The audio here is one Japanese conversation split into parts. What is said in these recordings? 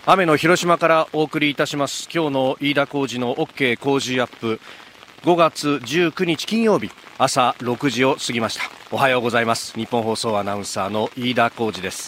雨の広島からお送りいたします。今日の飯田浩司の OK 工事アップ、5月19日金曜日朝6時を過ぎました。おはようございます。日本放送アナウンサーの飯田浩司です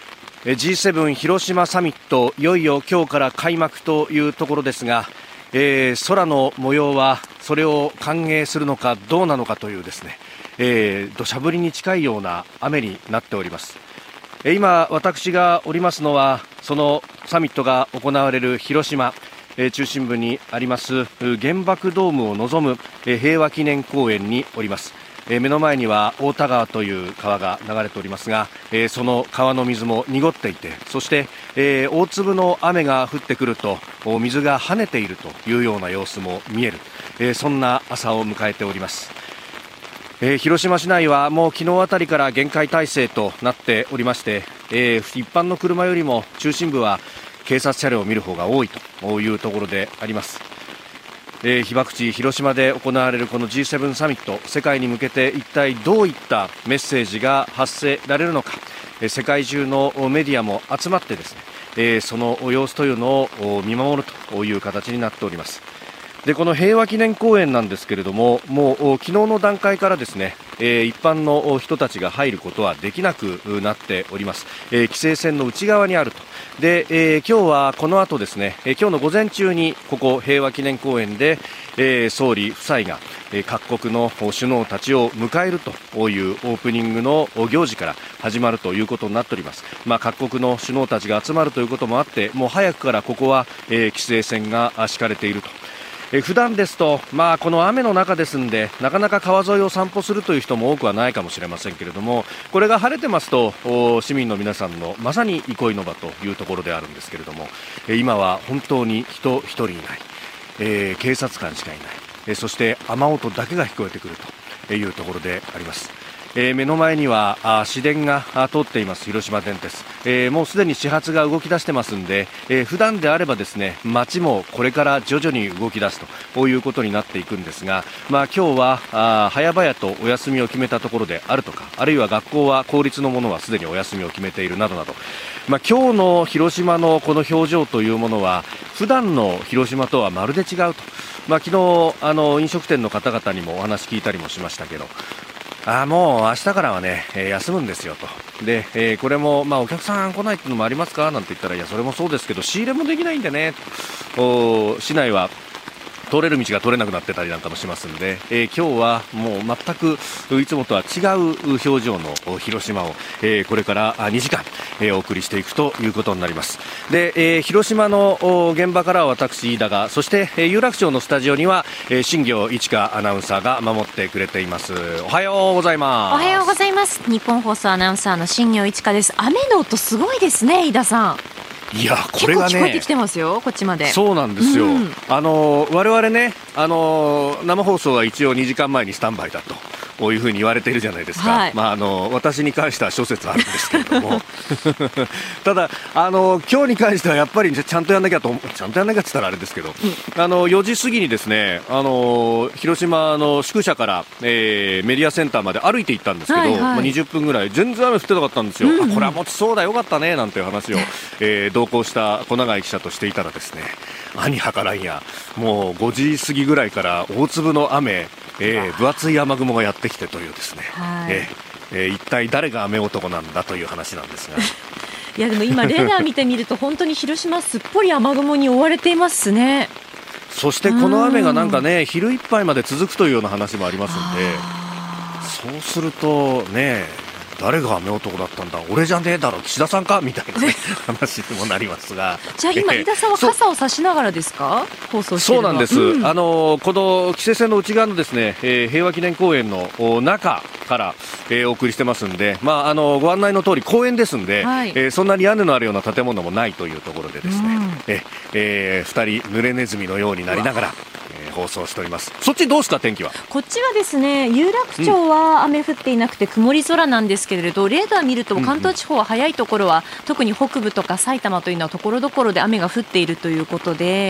。G7 広島サミット、いよいよ今日から開幕というところですが、空の模様はそれを歓迎するのかどうなのかというですね、土砂降りに近いような雨になっております。今私がおりますのはそのサミットが行われる広島、中心部にあります原爆ドームを望む平和記念公園におります。目の前には太田川という川が流れておりますが、その川の水も濁っていて、そして、大粒の雨が降ってくると水が跳ねているというような様子も見える、そんな朝を迎えております。広島市内はもう昨日あたりから厳戒態勢となっておりまして、一般の車よりも中心部は警察車両を見る方が多いというところであります。被爆地広島で行われるこの G7 サミット、世界に向けて一体どういったメッセージが発せられるのか、世界中のメディアも集まってですね、その様子というのを見守るという形になっております。でこの平和記念公園なんですけれども、もう昨日の段階からですね、一般の人たちが入ることはできなくなっております。規制線の内側にあると。で、今日はこの後ですね、今日の午前中にここ平和記念公園で、総理夫妻が各国の首脳たちを迎えるというオープニングの行事から始まるということになっております。各国の首脳たちが集まるということもあって、もう早くからここは、規制線が敷かれていると。普段ですと、この雨の中ですのでなかなか川沿いを散歩するという人も多くはないかもしれませんけれども、これが晴れてますと市民の皆さんのまさに憩いの場というところであるんですけれども、今は本当に人一人いない、警察官しかいない、そして雨音だけが聞こえてくるというところであります。目の前には市電が通っています。広島電鉄、もうすでに始発が動き出してますんで、普段であればですね、街もこれから徐々に動き出すということになっていくんですが、今日は早々とお休みを決めたところであるとか、あるいは学校は公立のものはすでにお休みを決めているなどなど、今日の広島のこの表情というものは普段の広島とはまるで違うと、昨日飲食店の方々にもお話聞いたりもしましたけど、もう明日からはね、休むんですよと。で、これもお客さん来ないっていうのもありますかなんて言ったら、いやそれもそうですけど仕入れもできないんでねと、市内は通れる道が通れなくなってたりなんかもしますんで、今日はもう全くいつもとは違う表情の広島を、これから2時間、お送りしていくということになります。で、広島の現場からは私飯田が、そして有楽町のスタジオには新業一華アナウンサーが守ってくれています。おはようございます。 おはようございます。日本放送アナウンサーの新業一華です。雨の音すごいですね、飯田さん。 いやこれがね、 結構聞こえてきてますよ、こっちまで。 そうなんですよ、我々ね、生放送は一応2時間前にスタンバイだとこういうふうに言われているじゃないですか、 はい。 私に関しては諸説あるんですけれどもただ今日に関してはやっぱりちゃんとやんなきゃって言ったらあれですけど、4時過ぎにですね、広島の宿舎から、メディアセンターまで歩いて行ったんですけど、20分ぐらい全然雨降ってなかったんですよ、これは持ちそうだよかったねなんていう話を、同行した小永井記者としていたらですね、兄はからんやもう5時過ぎぐらいから大粒の雨、分厚い雨雲がやってきてというですね、一体誰が雨男なんだという話なんですがいやでも今レーダー見てみると本当に広島すっぽり雨雲に覆われていますね。 そしてこの雨がなんかね、昼いっぱいまで続くというような話もありますので、そうするとね、誰が雨男だったんだ、俺じゃねえだろ岸田さんかみたいな、ね、話にもなりますが、 じゃあ今飯田さんは傘を差しながらですか、放送しているのは。 そうなんです、この規制線の内側のですね、平和記念公園の中から、お送りしてますんで、ご案内の通り公園ですんで、そんなに屋根のあるような建物もないというところでですね、2人濡れネズミのようになりながら放送しております。そっちどうですか、天気は。 こっちはですね、有楽町は雨降っていなくて曇り空なんですけれど、レーダー見ると関東地方は早いところは、特に北部とか埼玉というのはところどころで雨が降っているということで、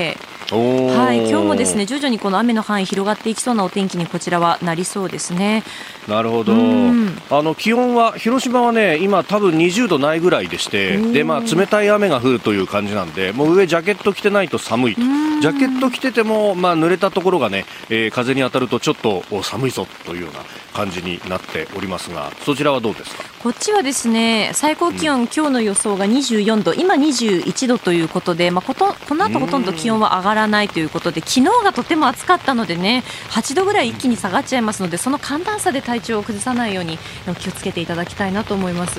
はい、今日もですね徐々にこの雨の範囲広がっていきそうなお天気にこちらはなりそうですね。 なるほど。気温は広島はね今多分20度ないぐらいでして、で冷たい雨が降るという感じなんで、もう上ジャケット着てないと寒いと。ジャケット着てても、濡れたところがね、風に当たるとちょっと寒いぞというような感じになっておりますが、そちらはどうですか？ こっちはですね最高気温、今日の予想が24度、今21度ということで、この後ほとんど気温は上がらないということで、昨日がとても暑かったのでね8度ぐらい一気に下がっちゃいますので、その寒暖差で体調を崩さないように気をつけていただきたいなと思います。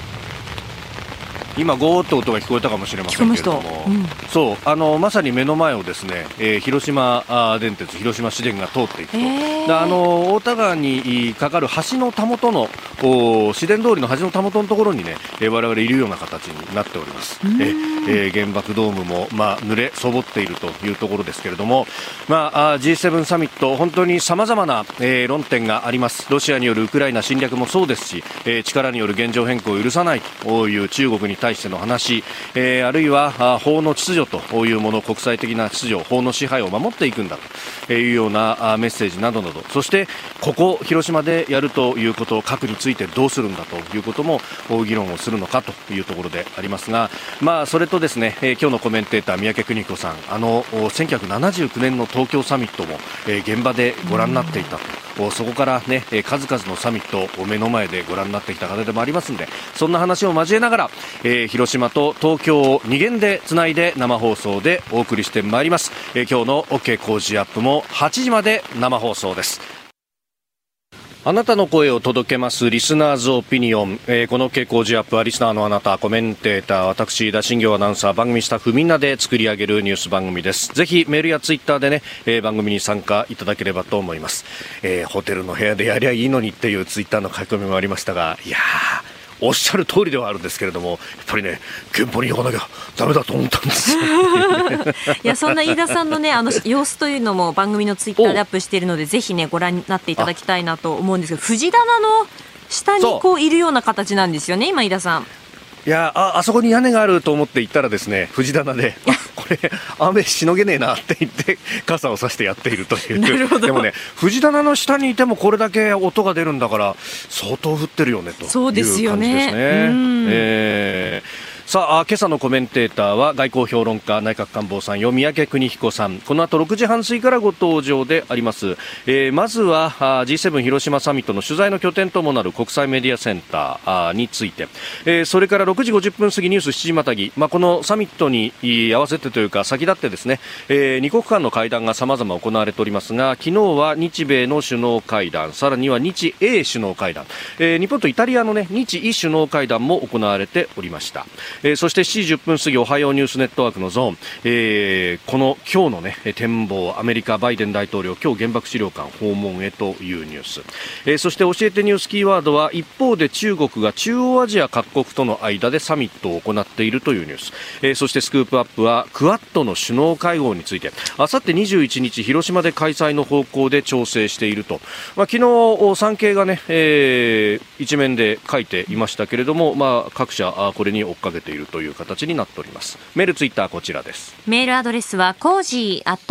今ゴーッと音が聞こえたかもしれませんけれども、そうまさに目の前をですね、広島電鉄広島市電が通っていくと、太田川にかかる橋のたもとの市電通りの橋のたもとのところにね、我々いるような形になっております。原爆ドームも、濡れそぼっているというところですけれども、G7 サミット本当に様々な、論点があります。ロシアによるウクライナ侵略もそうですし、力による現状変更を許さないという中国に対しての話、あるいは法の秩序というもの、国際的な秩序、法の支配を守っていくんだというようなメッセージなどなど、そしてここ広島でやるということ、核についてどうするんだということも議論をするのかというところでありますが、それとですね、今日のコメンテーター三宅邦子さん、1979年の東京サミットも、現場でご覧になっていたと、そこからね数々のサミットを目の前でご覧になってきた方でもありますので、そんな話を交えながら、広島と東京を二元でつないで生放送でお送りしてまいります。今日の OK 工事アップも8時まで生放送です。あなたの声を届けますリスナーズオピニオン、このOK工事アップはリスナーのあなた、コメンテーター、私田新行アナウンサー、番組スタッフみんなで作り上げるニュース番組です。ぜひメールやツイッターでね、番組に参加いただければと思います。ホテルの部屋でやりゃいいのにっていうツイッターの書き込みもありましたが、いやーおっしゃる通りではあるんですけれども、やっぱりね憲法に行かなきゃダメだと思ったんですよいや、そんな飯田さんのね様子というのも番組のツイッターでアップしているので、ぜひねご覧になっていただきたいなと思うんですけど、藤棚の下にこういるような形なんですよね今飯田さん。 いや、あそこに屋根があると思って行ったらですね、藤棚でこれ雨しのげねえなって言って傘を差してやっているという。 なるほど。 でもね藤棚の下にいてもこれだけ音が出るんだから相当降ってるよねという感じですね。 そうですよね。 さあ、今朝のコメンテーターは外交評論家内閣官房参与三宅邦彦さん、この後6時半過ぎからご登場であります。まずはG7 広島サミットの取材の拠点ともなる国際メディアセンターについて、それから6時50分過ぎニュース7時またぎ、このサミットに合わせてというか先立ってですね、2国間の会談が様々行われておりますが、昨日は日米の首脳会談、さらには日英首脳会談、日本とイタリアの、日伊首脳会談も行われておりました。そして7時10分過ぎおはようニュースネットワークのゾーン、この今日の、展望、アメリカバイデン大統領今日原爆資料館訪問へというニュース、そして教えてニュースキーワードは一方で中国が中央アジア各国との間でサミットを行っているというニュース、そしてスクープアップはクアッドの首脳会合についてあさって21日広島で開催の方向で調整していると、昨日産経が、一面で書いていましたけれども、各社これに追っかけているという形になっております。メールツイッターこちらです。 メールアドレスはコージー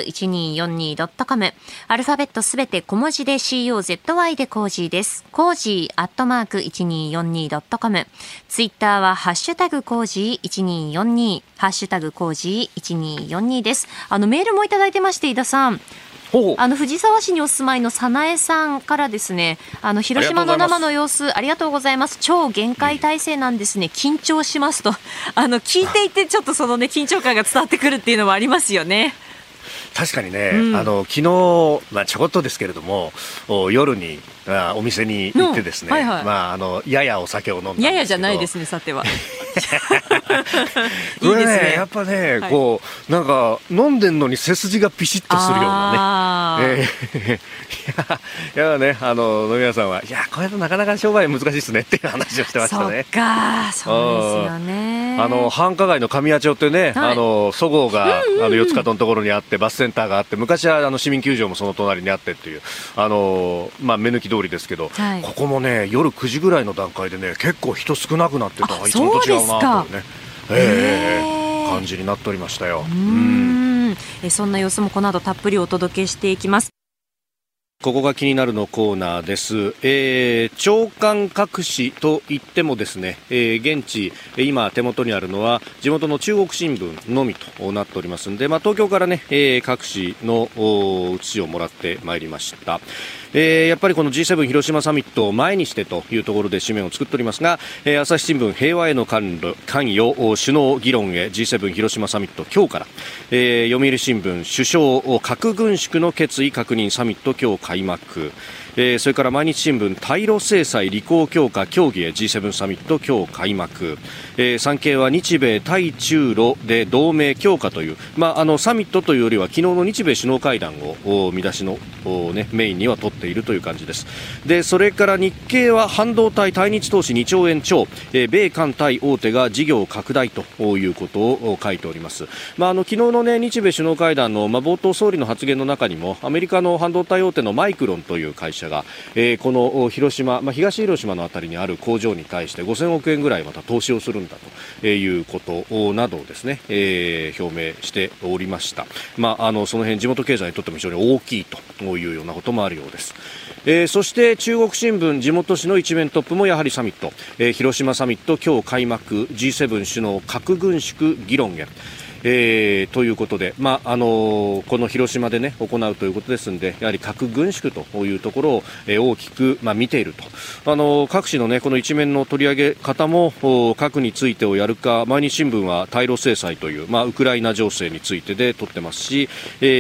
@1242.com、アルファベットすべて小文字で COZY でコージーです。コージー@1242.com、ツイッターはハッシュタグコージー1242、ハッシュタグコージー1242です。メールもいただいてまして、飯田さん、藤沢市にお住まいの早苗さんからですね、広島の生の様子ありがとうございます。超厳戒態勢なんですね、緊張しますと聞いていてちょっとそのね緊張感が伝わってくるっていうのもありますよね。 確かにね、昨日、ちょこっとですけれども夜にお店に行ってですね、ややお酒を飲んだんですけど、 ややじゃないですね、さては。 これね、やっぱね、こうなんか飲んでんのに背筋がピシッとするようなね。いやね、飲み屋さんは、いやこれなかなか商売難しいですねっていう話をしてましたね。 そうか、そうですよね。 繁華街の神谷町ってね、そごうが四つ角のところにあって、バスセンターがあって、昔は市民球場もその隣にあってっていう、目抜き通りですけど、ここもね夜9時ぐらいの段階でね結構人少なくなってた、いつもと違うなというね、感じになっておりましたよ。 そんな様子もこの後たっぷりお届けしていきます。 ここが気になるのコーナーです。朝刊各紙といってもですね、現地今手元にあるのは地元の中国新聞のみとなっておりますので、東京からね、各紙の写しをもらってまいりました。やっぱりこの G7 広島サミットを前にしてというところで紙面を作っておりますが、朝日新聞平和への関与首脳議論へ G7 広島サミット今日から、読売新聞首相核軍縮の決意確認サミット今日開幕、それから毎日新聞対ロ制裁履行強化協議へ G7 サミット今日開幕、産経は日米対中ロで同盟強化という、サミットというよりは昨日の日米首脳会談を見出しの、メインには取っているという感じです。でそれから日経は半導体対日投資2兆円超、米韓対大手が事業拡大ということを書いております。昨日の、日米首脳会談の、冒頭総理の発言の中にもアメリカの半導体大手のマイクロンという会社が、この広島、東広島のあたりにある工場に対して5000億円ぐらいまた投資をするんだということなどをですね、表明しておりました。その辺地元経済にとっても非常に大きいというようなこともあるようです。そして中国新聞地元紙の一面トップもやはりサミット、広島サミット今日開幕 G7 首脳核軍縮議論へということで、この広島で、行うということですので、やはり核軍縮というところを、大きく、見ていると。各紙の、この一面の取り上げ方も核についてをやるか、毎日新聞は対ロ制裁という、ウクライナ情勢についてで取ってますし、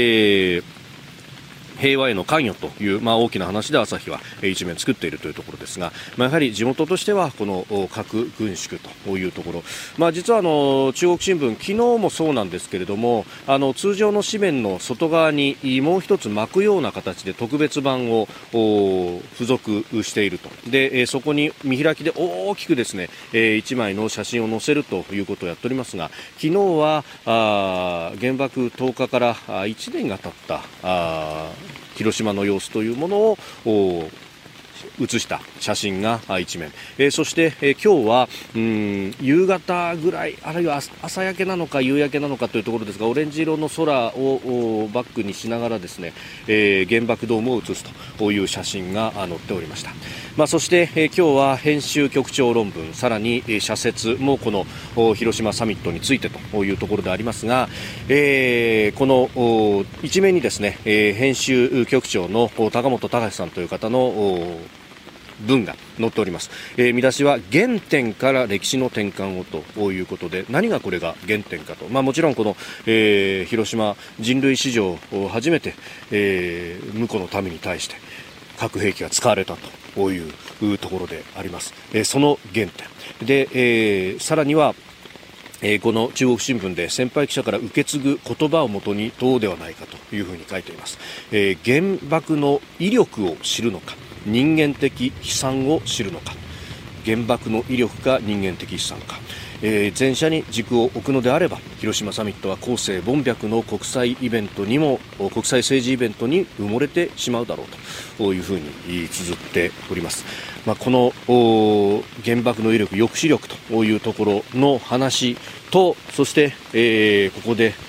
平和への関与という、大きな話で朝日は一面作っているというところですが、やはり地元としてはこの核軍縮というところ、実は中国新聞昨日もそうなんですけれども、通常の紙面の外側にもう一つ巻くような形で特別版を付属していると。でそこに見開きで大きくですね1枚の写真を載せるということをやっておりますが、昨日は原爆投下から1年が経った広島の様子というものを写した写真が一面、そして、今日は夕方ぐらいあるいは朝焼けなのか夕焼けなのかというところですが、オレンジ色の空をバックにしながらですね、原爆ドームを写すという写真が載っておりました。そして、今日は編集局長論文、さらに、社説もこの広島サミットについてというところでありますが、この一面にですね、編集局長の高本隆さんという方の文が載っております。見出しは原点から歴史の転換をということで、何がこれが原点かと、もちろんこの、広島人類史上初めて、無辜の民に対して核兵器が使われたというところであります。その原点で、さらにはこの中国新聞で先輩記者から受け継ぐ言葉をもとにどうではないかというふうに書いています。原爆の威力を知るのか、人間的悲惨を知るのか。原爆の威力か人間的悲惨か、前者に軸を置くのであれば、広島サミットは後世凡白の国際政治イベントに埋もれてしまうだろうというふうに綴っております。この原爆の威力、抑止力というところの話と、そして、ここで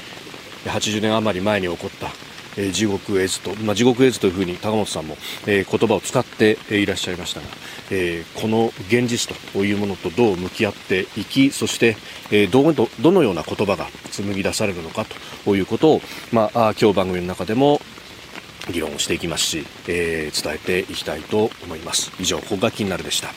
80年余り前に起こった地獄絵図と、地獄絵図というふうに高本さんも、言葉を使っていらっしゃいましたが、この現実というものとどう向き合っていき、そして、どのような言葉が紡ぎ出されるのかということを、今日番組の中でも議論をしていきますし、伝えていきたいと思います。以上、ここが気になるでした。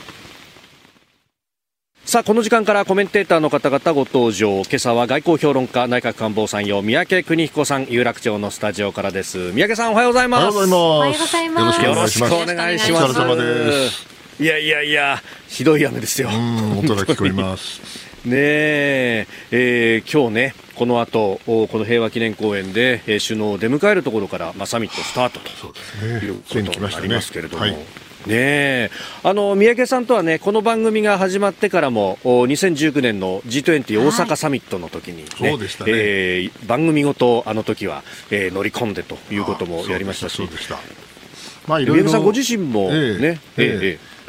さあ、この時間からコメンテーターの方々ご登場。今朝は外交評論家、内閣官房参与、三宅邦彦さん、有楽町のスタジオからです。三宅さん、おはようございます。 おはようございます。 よろしくお願いします。 お疲れ様です。 いや、ひどい雨ですよ。 音が聞こえますね今日ね、この後この平和記念公園で首脳を出迎えるところから、サミットスタートということになりますけれども、三宅さんとはね、この番組が始まってからも2019年の G20 大阪サミットの時に、 そうでしたね、 番組ごと時は、乗り込んでということもやりましたし、 三宅さんご自身もね、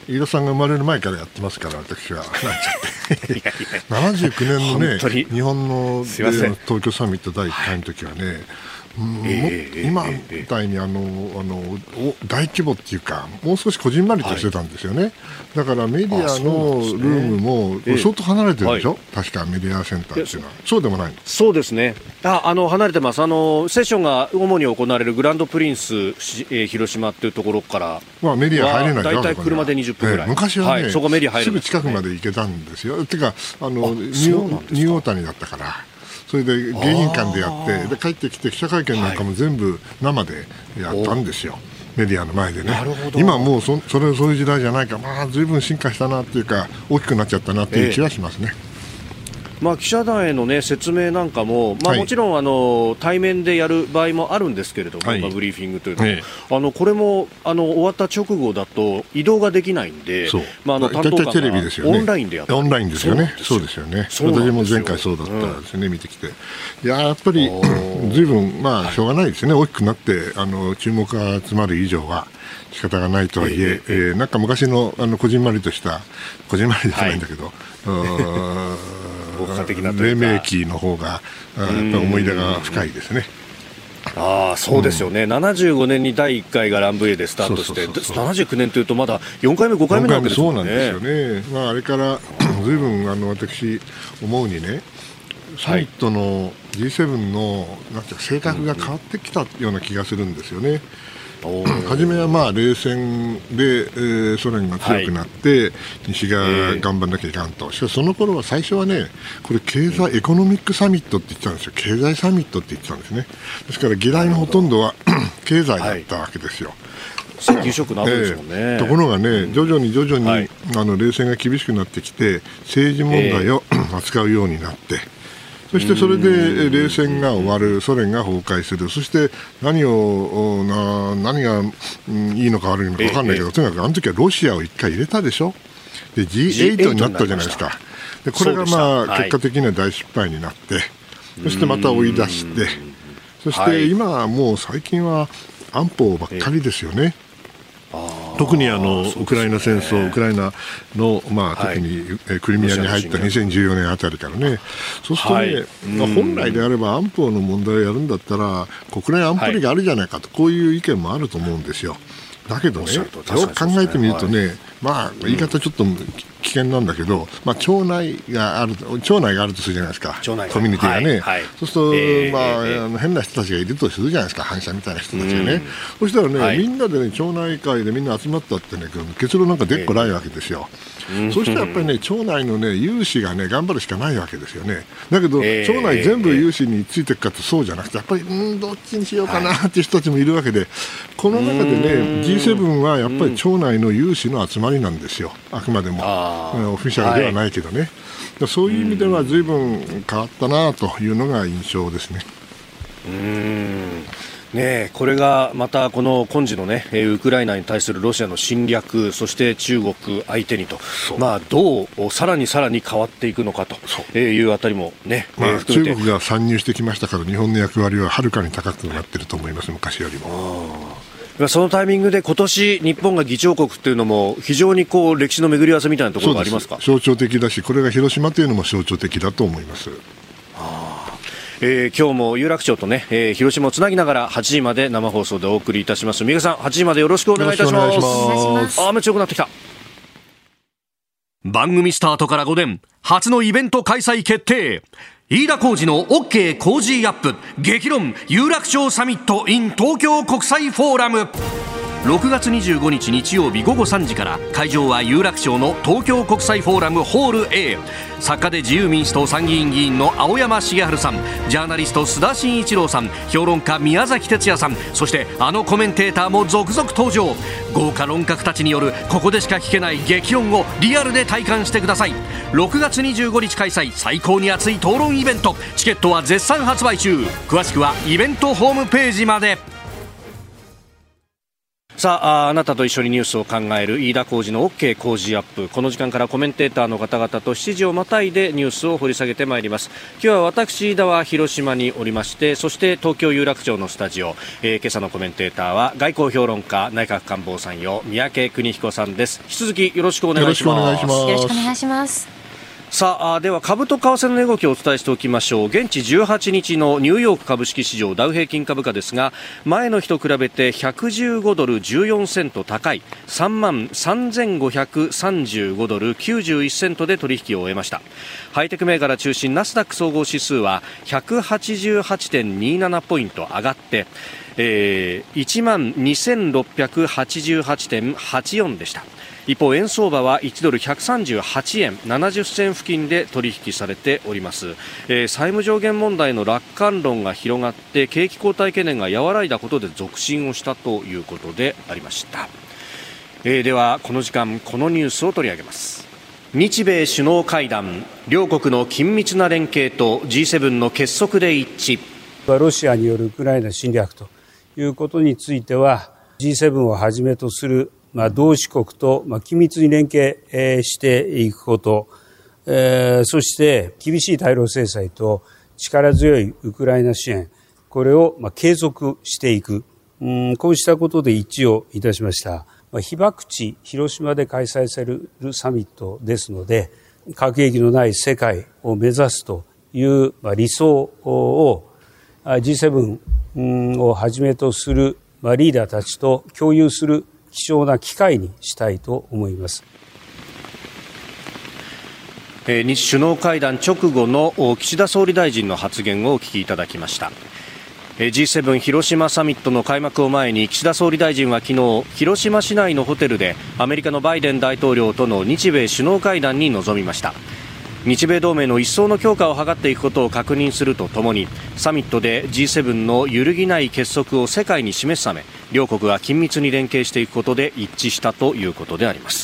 飯田さんが生まれる前からやってますから、私はなんちゃって79年のね、日本の東京サミット第1回の時はね、今みたいに大規模っていうか、もう少しこじんまりとしてたんですよね。だからメディアのルームも相当離れてるでしょ、確かメディアセンターっていうのは。そうでもないの？ そうですね、離れてます。セッションが主に行われるグランドプリンス、広島っていうところから、 メディア入れないだいたい車で20分ぐらい、 昔はね、 そこメディア入れすぐ近くまで行けたんですよ。てかニューオータニだったから、それで迎賓館でやって、で帰ってきて記者会見なんかも全部生でやったんですよ、メディアの前でね。今はもうそういう時代じゃないから、ずいぶん進化したなっていうか、大きくなっちゃったなっていう気はしますね。 記者団への、説明なんかも、もちろん対面でやる場合もあるんですけれども、ブリーフィングというのは、これも終わった直後だと移動ができないんで、担当官がオンラインでやって、 オンラインですよね。そうですよね。私も前回そうだったですね、見てきて。やっぱりずいぶんしょうがないですね。大きくなって注目が集まる以上は仕方がないとはいえ、なんか昔のこじんまりとした、こじんまりじゃないんだけど、黎明期の方がやっぱり思い出が深いですね。 そうですよね、75年に第1回がランブイエでスタートして、79年というとまだ4回目5回目なわけですよね。 そうなんですよね。あれからずいぶん私思うにね、サミットの G7 のなんていうか性格が変わってきたような気がするんですよね。初めは冷戦で、ソ連が強くなって、西側が頑張らなきゃいかんと。しかしその頃は最初はね、これ経済エコノミックサミットって言ってたんですよ。経済サミットって言ってたんですね。ですから議題のほとんどは経済だったわけですよ。 石油ショックの後ですもんね。 ところがね、徐々に冷戦が厳しくなってきて、政治問題を扱うようになって、そしてそれで冷戦が終わる、ソ連が崩壊する、そして何がいいのか悪いのか分かんないけど、とにかくあの時はロシアを1回入れたでしょ。で G8 になったじゃないですか。でこれが結果的には大失敗になって、そしてまた追い出して、そして今はもう最近は安保ばっかりですよね。特にウクライナ戦争、ウクライナの、特にクリミアに入った2014年あたりからね、そうするとね、本来であれば安保の問題をやるんだったら国連安保理があるじゃないかと、こういう意見もあると思うんですよ。だけどね、よく考えてみるとね、言い方ちょっと危険なんだけど、町内があるとするじゃないですか、コミュニティがね、そうすると、変な人たちがいるとするじゃないですか、反社みたいな人たちがね、そしたらね、みんなでね、町内会でみんな集まったってね、結論なんかでっこないわけですよ。そしたらやっぱりね、町内のね、有志がね、頑張るしかないわけですよね。だけど、町内全部有志についていくかってそうじゃなくて、やっぱりどっちにしようかなっていう人たちもいるわけで、この中でね、G7 はやっぱり町内の有志の集まりなんですよ、あくまでもオフィシャルではないけどね。そういう意味では随分変わったなというのが印象ですね。 これがまたこの今時の、ウクライナに対するロシアの侵略、そして中国相手にと、どうさらに変わっていくのかというあたりも、 中国が参入してきましたから、日本の役割ははるかに高くなっていると思います、昔よりも。 そのタイミングで今年日本が議長国というのも非常に歴史の巡り合わせみたいなところがありますか？ 象徴的だし、これが広島というのも象徴的だと思います。 今日も有楽町と広島をつなぎながら8時まで生放送でお送りいたします。三浦さん、8時までよろしくお願いいたします。雨強くなってきた。番組スタートから5年初のイベント開催決定。飯田浩司の OK 工事アップ激論有楽町サミット in 東京国際フォーラム。6月25日日曜日午後3時から、会場は有楽町の東京国際フォーラムホール A。 作家で自由民主党参議院議員の青山茂春さん、ジャーナリスト須田慎一郎さん、評論家宮崎哲也さん、そしてコメンテーターも続々登場。豪華論客たちによるここでしか聞けない激論をリアルで体感してください。6月25日開催、最高に熱い討論イベント。チケットは絶賛発売中。詳しくはイベントホームページまで。 さあ、あなたと一緒にニュースを考える飯田浩司の OK 工事アップ。この時間からコメンテーターの方々と7時をまたいでニュースを掘り下げてまいります。今日は私飯田は広島におりまして、そして東京有楽町のスタジオ、今朝のコメンテーターは外交評論家内閣官房参与三宅邦彦さんです。引き続きよろしくお願いします。 よろしくお願いします。 さあ、では株と為替の値動きをお伝えしておきましょう。現地18日のニューヨーク株式市場ダウ平均株価ですが、前の日と比べて115ドル14セント高い 33,535 ドル91セントで取引を終えました。ハイテク銘柄中心ナスダック総合指数は 188.27 ポイント上がって12,688.84 でした。一方、円相場は1ドル138円70銭付近で取引されております。債務上限問題の楽観論が広がって景気後退懸念が和らいだことで続伸をしたということでありました。ではこの時間このニュースを取り上げます。日米首脳会談、両国の緊密な連携と G7 の結束で一致。 ロシアによるウクライナ侵略ということについては G7 をはじめとする同志国と緊密に連携していくこと、そして厳しい対ロ制裁と力強いウクライナ支援、これを継続していく、こうしたことで一致をいたしました。被爆地広島で開催されるサミットですので、核兵器のない世界を目指すという理想を G7 をはじめとするリーダーたちと共有する貴重な機会にしたいと思います。 日首脳会談直後の岸田総理大臣の発言をお聞きいただきました。G7 広島サミットの開幕を前に岸田総理大臣は昨日広島市内のホテルでアメリカのバイデン大統領との日米首脳会談に臨みました。日米同盟の一層の強化を図っていくことを確認するとともに、サミットで G7 の揺るぎない結束を世界に示すため、両国が緊密に連携していくことで一致したということであります。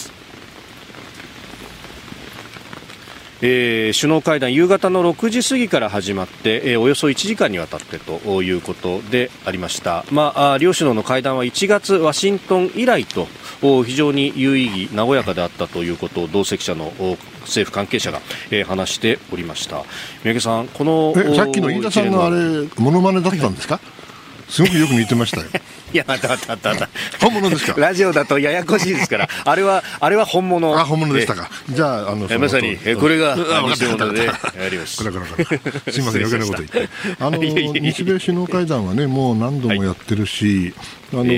首脳会談、夕方の6時過ぎから始まって、およそ1時間にわたってということでありました。両首脳の会談は1月ワシントン以来と非常に有意義、和やかであったということを同席者の政府関係者が、話しておりました。三宅さん、このさっきの飯田さんのあれモノマネだったんですか？すごくよく似てましたよ。 いや、 本物ですか？ ラジオだとややこしいですからあれは本物。 本物でしたか。じゃあまさにこれが偽物でやります。 すいません、余計なこと言って日米首脳会談はね、もう何度もやってるし、非常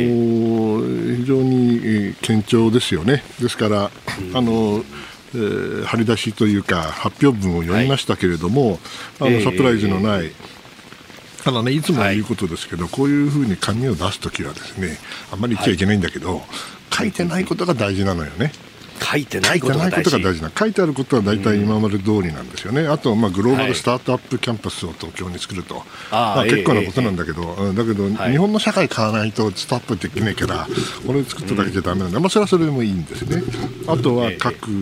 に堅調ですよね。ですから張り出しというか発表文を読みましたけれども、サプライズのない、ただね、いつも言うことですけど、こういうふうに紙を出すときはですね、あんまり言っちゃいけないんだけど、書いてないことが大事なのよね。 書いてないことが大事。 書いてあることは大体今まで通りなんですよね。あとグローバルスタートアップキャンパスを東京に作ると、結構なことなんだけど、日本の社会変わらないとスタートアップできないから、これ作っただけじゃダメなんで、それはそれでもいいんですね。あとは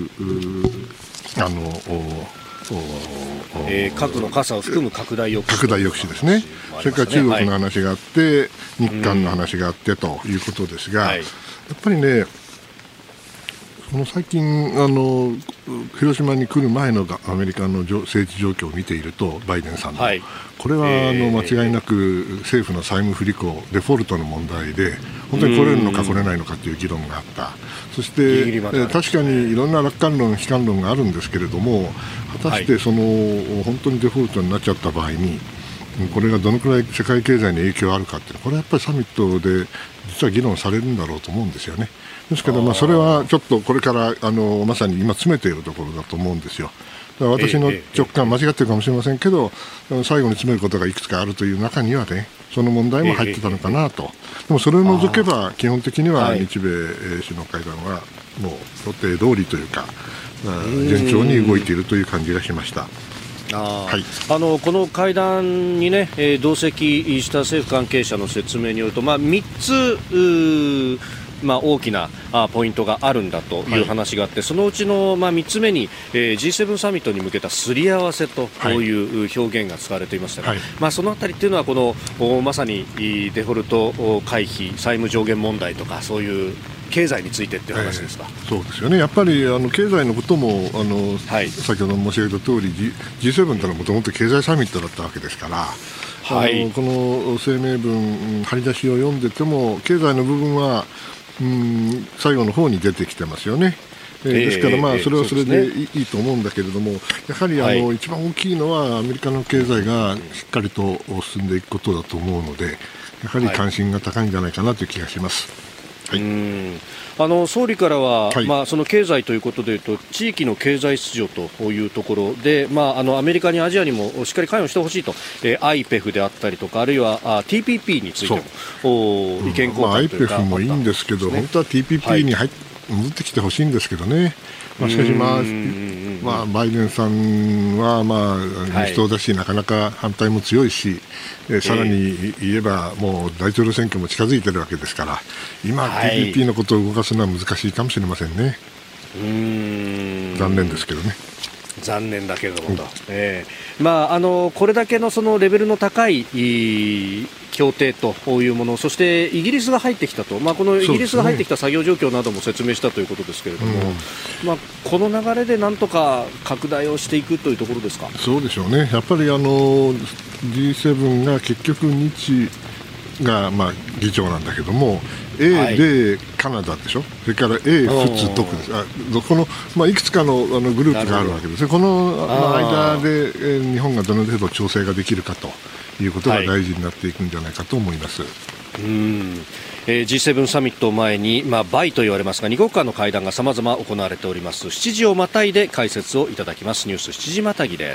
核の傘を含む拡大抑止ですね。それから中国の話があって、日韓の話があってということですが、やっぱりね、最近広島に来る前のアメリカの政治状況を見ていると、バイデンさんの、これは間違いなく政府の債務不履行、デフォルトの問題で、本当に来れるのか来れないのかという議論があった。そして確かにいろんな楽観論、悲観論があるんですけれども、果たして本当にデフォルトになっちゃった場合に、これがどのくらい世界経済に影響があるかって、これはやっぱりサミットで実は議論されるんだろうと思うんですよね。ですけど、それはちょっとこれからまさに今詰めているところだと思うんですよ。だから私の直感、間違ってるかもしれませんけど、最後に詰めることがいくつかあるという中にはね、その問題も入ってたのかなと。でもそれを除けば基本的には日米首脳会談はもう予定通りというか、順調に動いているという感じがしました。この会談に、同席した政府関係者の説明によると、3つ大きなポイントがあるんだという話があって、そのうちの3つ目に、G7 サミットに向けたすり合わせという表現が使われていましたが、そのあたりというのはこのまさにデフォルト回避、債務上限問題とかそういう経済についてっていう話ですか。 そうですよね。やっぱり経済のことも先ほど申し上げた通り G7 というのはもともと経済サミットだったわけですから、この声明文張り出しを読んでても経済の部分は最後の方に出てきてますよね。ですからそれはそれでいいと思うんだけれども、やはり一番大きいのはアメリカの経済がしっかりと進んでいくことだと思うので、やはり関心が高いんじゃないかなという気がします。 総理からは、その経済ということでいうと地域の経済秩序というところで、アメリカにアジアにもしっかり関与してほしいと、IPEF であったりとか、あるいはTPP についても意見交換というか、 IPEF もいいんですけど、本当は TPP に戻ってきてほしいんですけどね。しかしバイデンさんは民主党だし、なかなか反対も強いし、さらに言えばもう大統領選挙も近づいているわけですから、今 TPP のことを動かすのは難しいかもしれませんね。残念ですけどね。 残念だけれどもと、これだけのそのレベルの高い協定というもの、そしてイギリスが入ってきたと、このイギリスが入ってきた作業状況なども説明したということですけれども、この流れでなんとか拡大をしていくというところですか。 そうでしょうね。やっぱりG7 が結局日が議長なんだけども、A でカナダでしょ、それから A 仏独です。このいくつかのグループがあるわけですね。この間で日本がどの程度調整ができるかということが大事になっていくんじゃないかと思います。 G7 サミットを前に、バイと言われますが2国間の会談が様々行われております。7時をまたいで解説をいただきます。ニュース7時またぎです。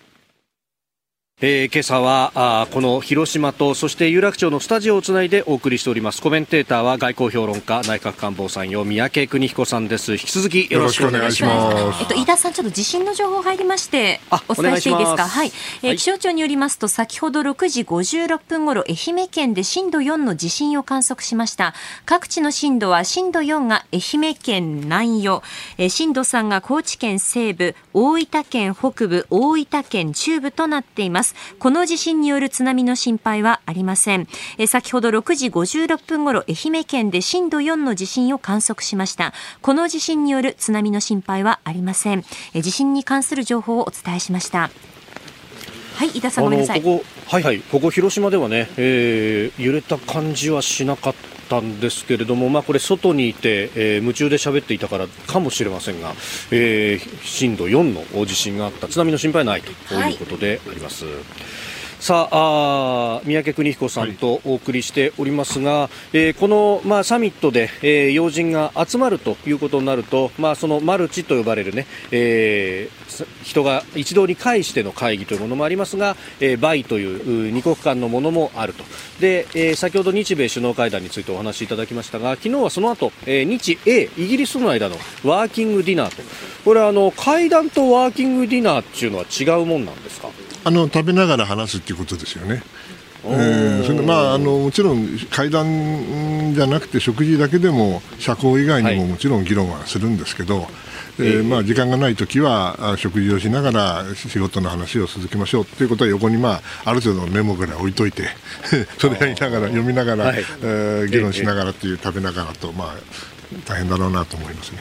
今朝はこの広島とそして有楽町のスタジオをつないでお送りしております。コメンテーターは外交評論家内閣官房参与三宅邦彦さんです。引き続きよろしくお願いします。 飯田さん、ちょっと地震の情報入りましてお伝えしていいですか。気象庁によりますと、先ほど6時56分ごろ愛媛県で震度4の地震を観測しました。各地の震度は震度4が愛媛県南予、震度3が高知県西部、大分県北部、大分県中部となっています。この地震による津波の心配はありません。先ほど6時56分ごろ愛媛県で震度4の地震を観測しました。この地震による津波の心配はありません。地震に関する情報をお伝えしました。飯田さん、ごめんなさい。ここ広島ではね、揺れた感じはしなかったんですけれども、これ外にいて、夢中で喋っていたからかもしれませんが、震度4の地震があった。津波の心配はないということであります。さあ、三宅邦彦さんとお送りしておりますが、この、サミットで、要人が集まるということになると、そのマルチと呼ばれるね、人が一堂に会しての会議というものもありますが、バイという2国間のものもあると。で、先ほど日米首脳会談についてお話しいただきましたが、昨日はその後、日英イギリスの間のワーキングディナーと、これは会談とワーキングディナーっていうのは違うもんなんですか。 食べながら話すということですよね。それでもちろん会談じゃなくて食事だけでも社交以外にももちろん議論はするんですけど、時間がないときは食事をしながら仕事の話を続けましょうということは横にある程度のメモぐらい置いといてそれを読みながら、議論しながらという食べながらと、大変だろうなと思いますね。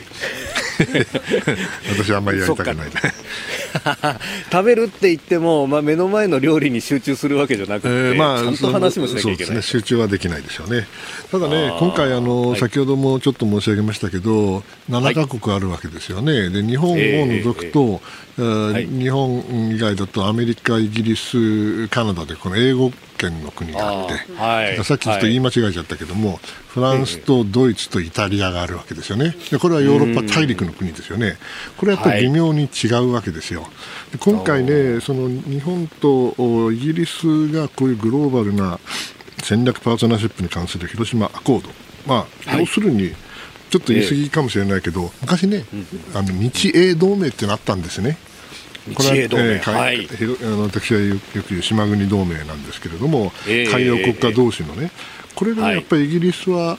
私はあんまりやりたくない。 食べるって言っても、目の前の料理に集中するわけじゃなくて、ちゃんと話もしなきゃいけない。 集中はできないでしょうね。ただね、今回先ほどもちょっと申し上げましたけど、7カ国あるわけですよね。で日本を除くと、日本以外だとアメリカ、イギリス、カナダでこの英語圏の国があって、さっきちょっと言い間違えちゃったけども、フランスとドイツとイタリアがあるわけですよね。でこれはヨーロッパ大陸の国ですよね。これはやっぱり微妙に違うわけですよ。で今回ね、その日本とイギリスがこういうグローバルな戦略パートナーシップに関する広島アコード、要するにちょっと言い過ぎかもしれないけど、昔ね、日英同盟ってなったんですね。これは、私はよく言う島国同盟なんですけれども、海洋国家同士のね、これで、やっぱりイギリスは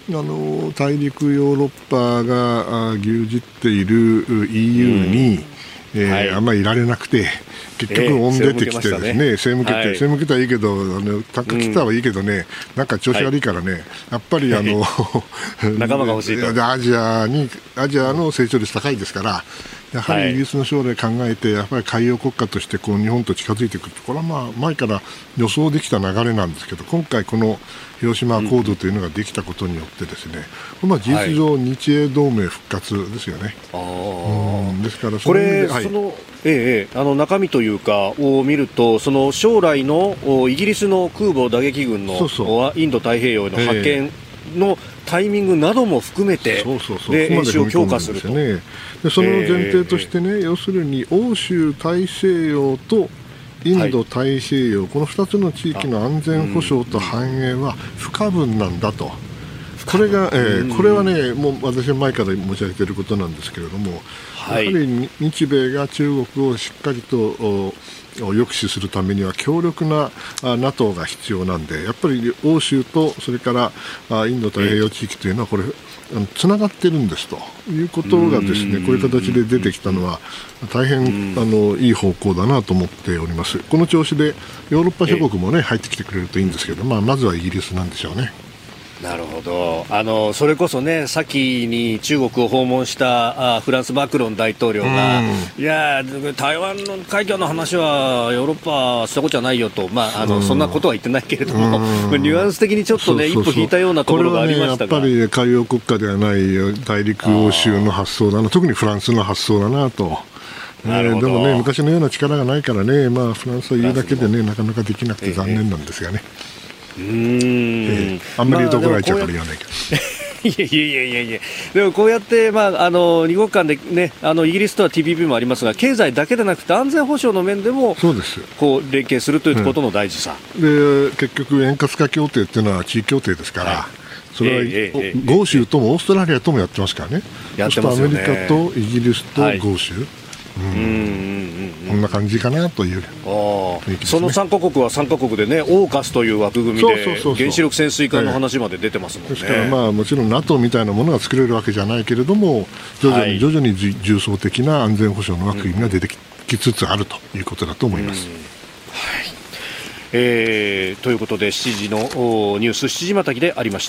大陸ヨーロッパが牛耳っている EU に、あんまりいられなくて結局恩出てきてですね、背向けたはいいけどタック来たはいいけどね、なんか調子悪いからね、やっぱり仲間が欲しいと。 アジアの成長率高いですから、やはりイギリスの将来考えて、やっぱり海洋国家として日本と近づいてくる、これは前から予想できた流れなんですけど、今回この広島アコードというのができたことによってですね、事実上日英同盟復活ですよね。ですからこれ、中身というかを見ると、その将来のイギリスの空母打撃軍のインド太平洋への派遣のタイミングなども含めて演習を強化すると。 でその前提としてね、要するに欧州大西洋とインド太平洋、この2つの地域の安全保障と繁栄は不可分なんだと。これはね、もう私は前から申し上げていることなんですけれども、やはり日米が中国をしっかりと抑止するためには強力な NATO が必要なんで、やっぱり欧州とそれからインド太平洋地域というのはこれつながっているんですということがですね、こういう形で出てきたのは大変いい方向だなと思っております。この調子でヨーロッパ諸国もね入ってきてくれるといいんですけど、まずはイギリスなんでしょうね。 なるほど。それこそね、先に中国を訪問したフランスマクロン大統領が、いや台湾の海峡の話はヨーロッパはしたことじゃないよと、そんなことは言ってないけれども、ニュアンス的にちょっとね一歩引いたようなところがありましたが、 これはね、やっぱり海洋国家ではない大陸欧州の発想だな、特にフランスの発想だなと。でもね、昔のような力がないからね、フランスは言うだけでね、なかなかできなくて残念なんですがね。あんまり言うと怒られちゃうから言わないけど。 いやでもこうやって、二国間で、ね、イギリスとは TPP もありますが、経済だけでなくて安全保障の面でもそうです連携するということの大事さ、 で結局円滑化協定というのは地位協定ですから、それは豪州ともオーストラリアともやってますからね。 やってますよね。 アメリカとイギリスと豪州、こんな感じかなという、 その3カ国は3カ国でね、オーカスという枠組みで原子力潜水艦の話まで出てますもんね。 ですからもちろん NATO みたいなものが作れるわけじゃないけれども、徐々に重層的な安全保障の枠組みが出てきつつあるということだと思います。 ということで7時のニュース7時またぎでありました。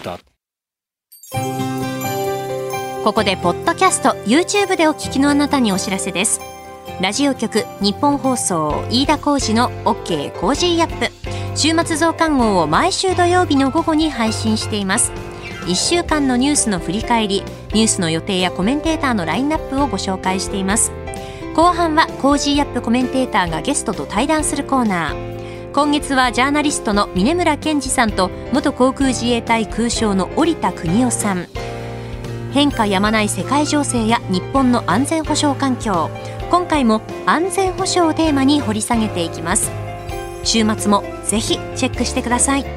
ここでポッドキャスト YouTube でお聞きのあなたにお知らせです。ラジオ局日本放送飯田浩司の OK コージーアップ、週末増刊号を毎週土曜日の午後に配信しています。1週間のニュースの振り返り、ニュースの予定やコメンテーターのラインナップをご紹介しています。後半はコージーアップコメンテーターがゲストと対談するコーナー。今月はジャーナリストの峯村健二さんと元航空自衛隊空将の織田邦夫さん。変化やまない世界情勢や日本の安全保障環境、今回も安全保障をテーマに掘り下げていきます。週末もぜひチェックしてください。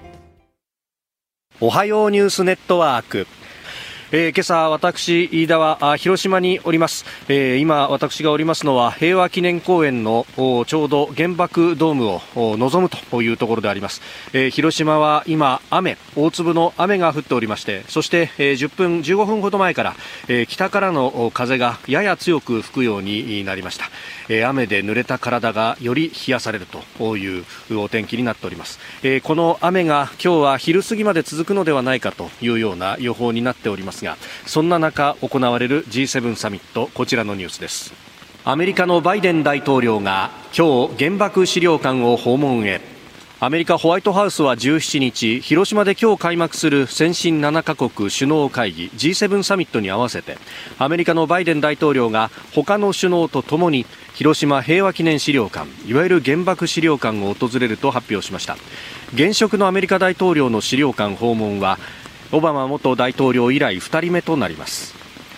おはようニュースネットワーク、今朝私飯田は広島におります。今私がおりますのは平和記念公園のちょうど原爆ドームを望むというところであります。広島は今大粒の雨が降っておりまして、そして15分ほど前から北からの風がやや強く吹くようになりました。雨で濡れた体がより冷やされるというお天気になっております。この雨が今日は昼過ぎまで続くのではないかというような予報になっておりますが、そんな中行われる G7 サミット、こちらのニュースです。アメリカのバイデン大統領が今日原爆資料館を訪問へ。アメリカホワイトハウスは17日、広島で今日開幕する先進7カ国首脳会議 G7 サミットに合わせて、アメリカのバイデン大統領が他の首脳とともに広島平和記念資料館、いわゆる原爆資料館を訪れると発表しました。現職のアメリカ大統領の資料館訪問はオバマ元大統領以来2人目となります。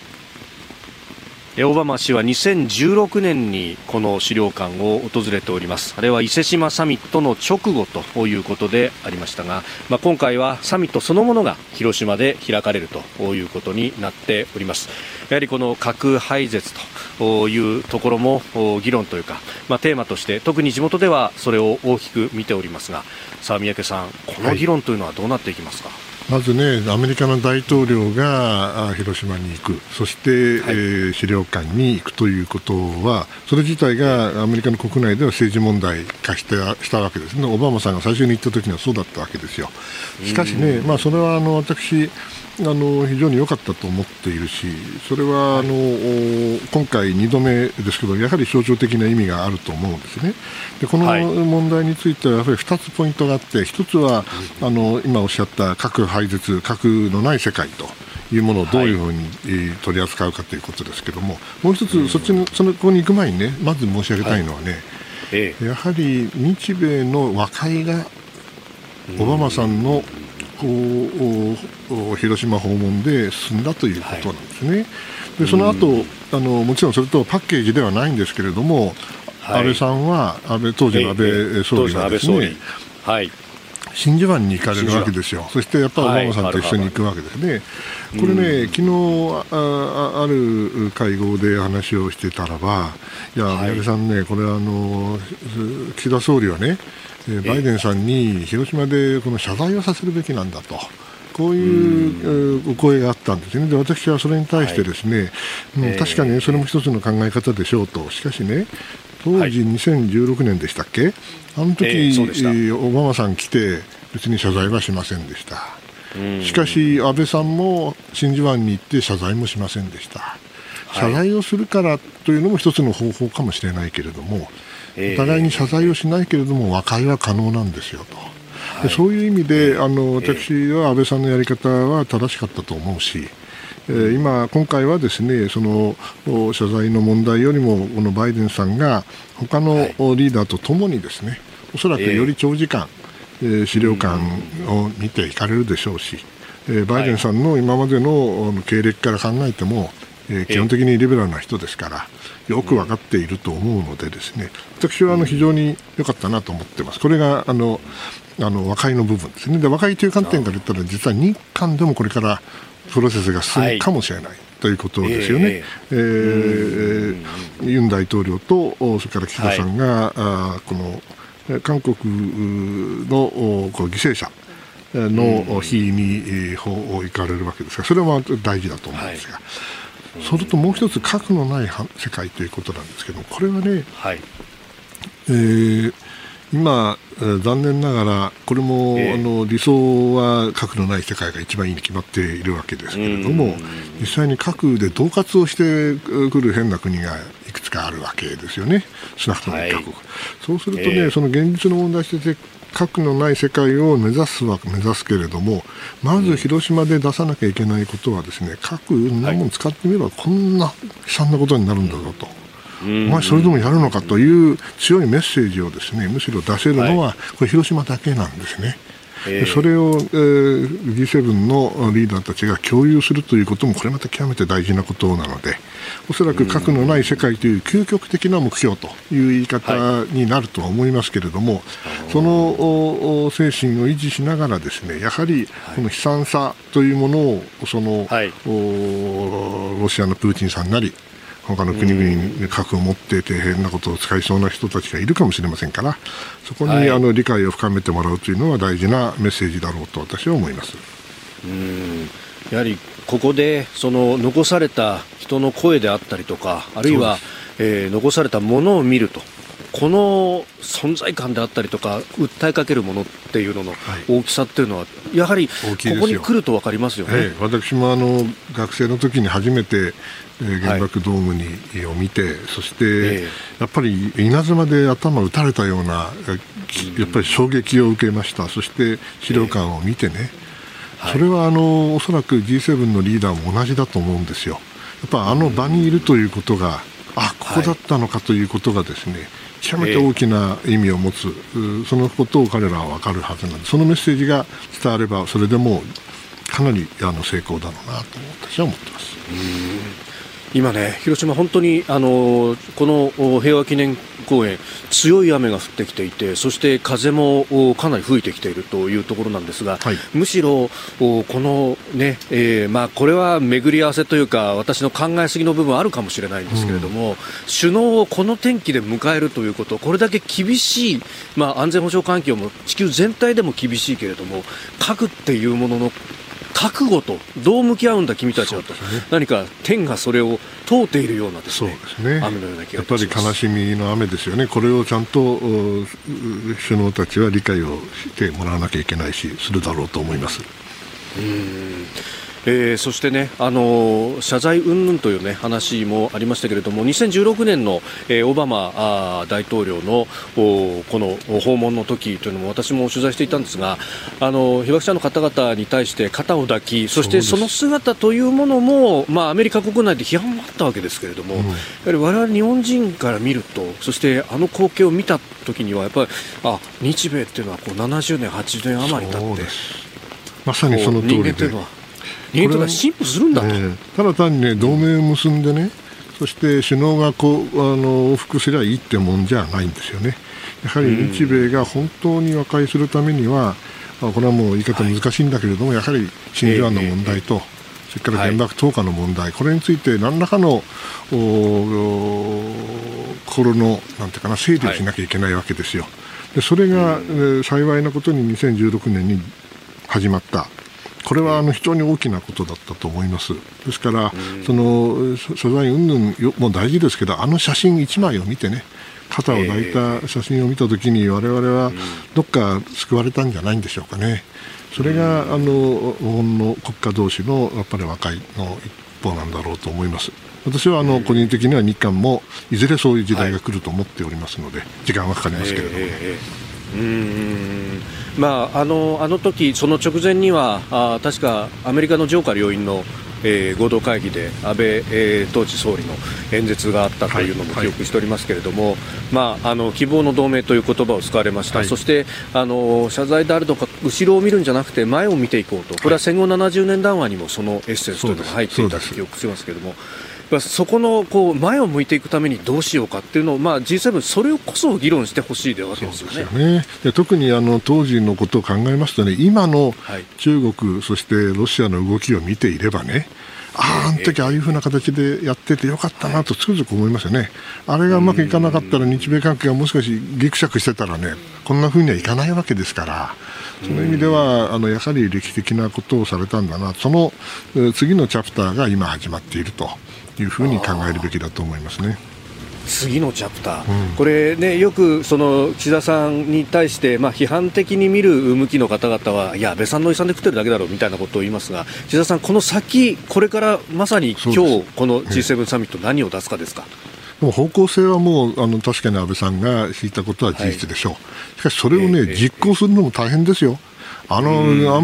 オバマ氏は2016年にこの資料館を訪れております。あれは伊勢志摩サミットの直後ということでありましたが、今回はサミットそのものが広島で開かれるということになっております。やはりこの核廃絶というところも議論というか、テーマとして特に地元ではそれを大きく見ておりますが、さあ三宅さん、この議論というのはどうなっていきますか。 まずね、アメリカの大統領が広島に行く、そして、資料館に行くということは、それ自体がアメリカの国内では政治問題化したわけですね。オバマさんが最初に行った時にはそうだったわけですよ。しかしね、それは私非常に良かったと思っているし、それは今回2度目ですけど、やはり象徴的な意味があると思うんですね。でこの問題についてはやはり2つポイントがあって、1つは今おっしゃった核廃絶、核のない世界というものをどういうふうに取り扱うかということですけども、もう一つそこに行く前にね、まず申し上げたいのはね、やはり日米の和解がオバマさんの広島訪問で進んだということなんですね。でその後もちろんそれとパッケージではないんですけれども、安倍さんは当時の安倍総理がですね、真珠湾に行かれるわけですよ。そしてやっぱりオバマさんと一緒に行くわけですね。これね、昨日ある会合で話をしてたらば、いや、安倍さんね、これ岸田総理はね、バイデンさんに広島でこの謝罪をさせるべきなんだと、こういうお声があったんですね。で私はそれに対してですね、確かにそれも一つの考え方でしょうと。しかしね、当時2016年でしたっけ、あの時、オバマさん来て別に謝罪はしませんでした。しかし安倍さんも真珠湾に行って謝罪もしませんでした。謝罪をするからというのも一つの方法かもしれないけれども、お互いに謝罪をしないけれども和解は可能なんですよと。でそういう意味で私は安倍さんのやり方は正しかったと思うし、今回はですね、その謝罪の問題よりもこのバイデンさんが他のリーダーとともにですね、おそらくより長時間、資料館を見ていかれるでしょうし、バイデンさんの今までの経歴から考えても基本的にリベラルな人ですからよく分かっていると思うのでですね、私は非常に良かったなと思っています。これが和解の部分ですね。で和解という観点から言ったら実は日韓でもこれからプロセスが進むかもしれない、ということですよね。ユン大統領とそれから岸田さんが、この韓国の犠牲者の日に行かれるわけですが、それは大事だと思うんですが、それともう一つ核のない世界ということなんですけど、これはね、今残念ながらこれも、理想は核のない世界が一番いいに決まっているわけですけれども、実際に核で恫喝をしてくる変な国がいくつかあるわけですよね、少なくとも1カ国。そうするとね、その現実の問題として核のない世界を目指すけれども、まず広島で出さなきゃいけないことはですね、核なもの使ってみればこんな悲惨なことになるんだぞと、お前それでもやるのかという強いメッセージをですね、むしろ出せるのはこれ広島だけなんですね。それを、G7 のリーダーたちが共有するということもこれまた極めて大事なことなので、おそらく核のない世界という究極的な目標という言い方になるとは思いますけれども、その精神を維持しながらですね、やはりこの悲惨さというものをロシアのプーチンさんなり他の国々に核を持っていて変なことを使いそうな人たちがいるかもしれませんから、そこに理解を深めてもらうというのは大事なメッセージだろうと私は思います。 やはりここでその残された人の声であったりとか、あるいは、残されたものを見ると、この存在感であったりとか訴えかけるものっていうのの大きさっていうのはやはりここに来ると分かりますよね。 私も学生の時に初めて原爆ドームを見て、そしてやっぱり稲妻で頭を打たれたようなやっぱり衝撃を受けました。そして資料館を見てね、それはおそらく G7 のリーダーも同じだと思うんですよ。やっぱ場にいるということが、ここだったのかということがですね、極めて大きな意味を持つ、そのことを彼らは分かるはずなんで、そのメッセージが伝わればそれでもかなり成功だろうなと私は思っています。 今ね、広島本当にこの平和記念公園強い雨が降ってきていて、そして風もかなり吹いてきているというところなんですが、むしろこのね、これは巡り合わせというか私の考えすぎの部分はあるかもしれないんですけれども、首脳をこの天気で迎えるということ、これだけ厳しい、安全保障環境も地球全体でも厳しいけれども、核っていうものの覚悟とどう向き合うんだ君たちはと、何か天がそれを問うているようなですね、雨のような気がいたします。 やっぱり悲しみの雨ですよね。これをちゃんと首脳たちは理解をしてもらわなきゃいけないし、するだろうと思います。 そしてね、謝罪云々という、ね、話もありましたけれども、2016年の、オバマ大統領のこの訪問の時というのも私も取材していたんですが、被爆者の方々に対して肩を抱き、そしてその姿というものも、アメリカ国内で批判もあったわけですけれども、やはり我々日本人から見ると、そしてあの光景を見た時にはやっぱり日米というのはこう70年80年余り経って、 まさにその通りで、 人間というのは進歩するんだと、 ただ単に、ね、同盟を結んでね、そして首脳が往復すればいいってもんじゃないんですよね。やはり日米が本当に和解するためには、これはもう言い方難しいんだけれども、やはり真珠湾の問題と、それから原爆投下の問題、これについて何らかの心のなんていうかな、整理をしなきゃいけないわけですよ。でそれが、幸いなことに2016年に始まった。これは非常に大きなことだったと思います。ですから、その謝罪云々も大事ですけど、写真1枚を見てね、肩を抱いた写真を見たときに、我々はどっか救われたんじゃないんでしょうかね。それが日本の国家同士のやっぱり和解の一歩なんだろうと思います。私は個人的には日韓もいずれそういう時代が来ると思っておりますので、時間はかかりますけれどもね。 あの時その直前には確かアメリカの上下両院の、合同会議で安倍、当時総理の演説があったというのも記憶しておりますけれども、希望の同盟という言葉を使われました。そして謝罪であるとか後ろを見るんじゃなくて前を見ていこうと、これは戦後70年談話にもそのエッセンスというのが入っていたと記憶していますけれども、そこの前を向いていくためにどうしようかっていうのを、G7 それをこそ議論してほしいわけですよね。 で特に当時のことを考えますとね、今の中国、そしてロシアの動きを見ていればね、あの時ああいうふうな形でやっててよかったなとつくづく思いますよね。あれがうまくいかなかったら、日米関係がもしかしぎくしゃくしてたらね、こんなふうにはいかないわけですから、その意味ではやはり歴史的なことをされたんだな、その次のチャプターが今始まっているというふうに考えるべきだと思いますね。 次のチャプター、これね、よくその岸田さんに対して、批判的に見る向きの方々は、いや安倍さんの遺産で食ってるだけだろうみたいなことを言いますが、岸田さん、この先これからまさに今日この G7 サミット何を出すかですか。 でも方向性はもう確かに安倍さんが引いたことは事実でしょう。しかしそれをね、実行するのも大変ですよ。安保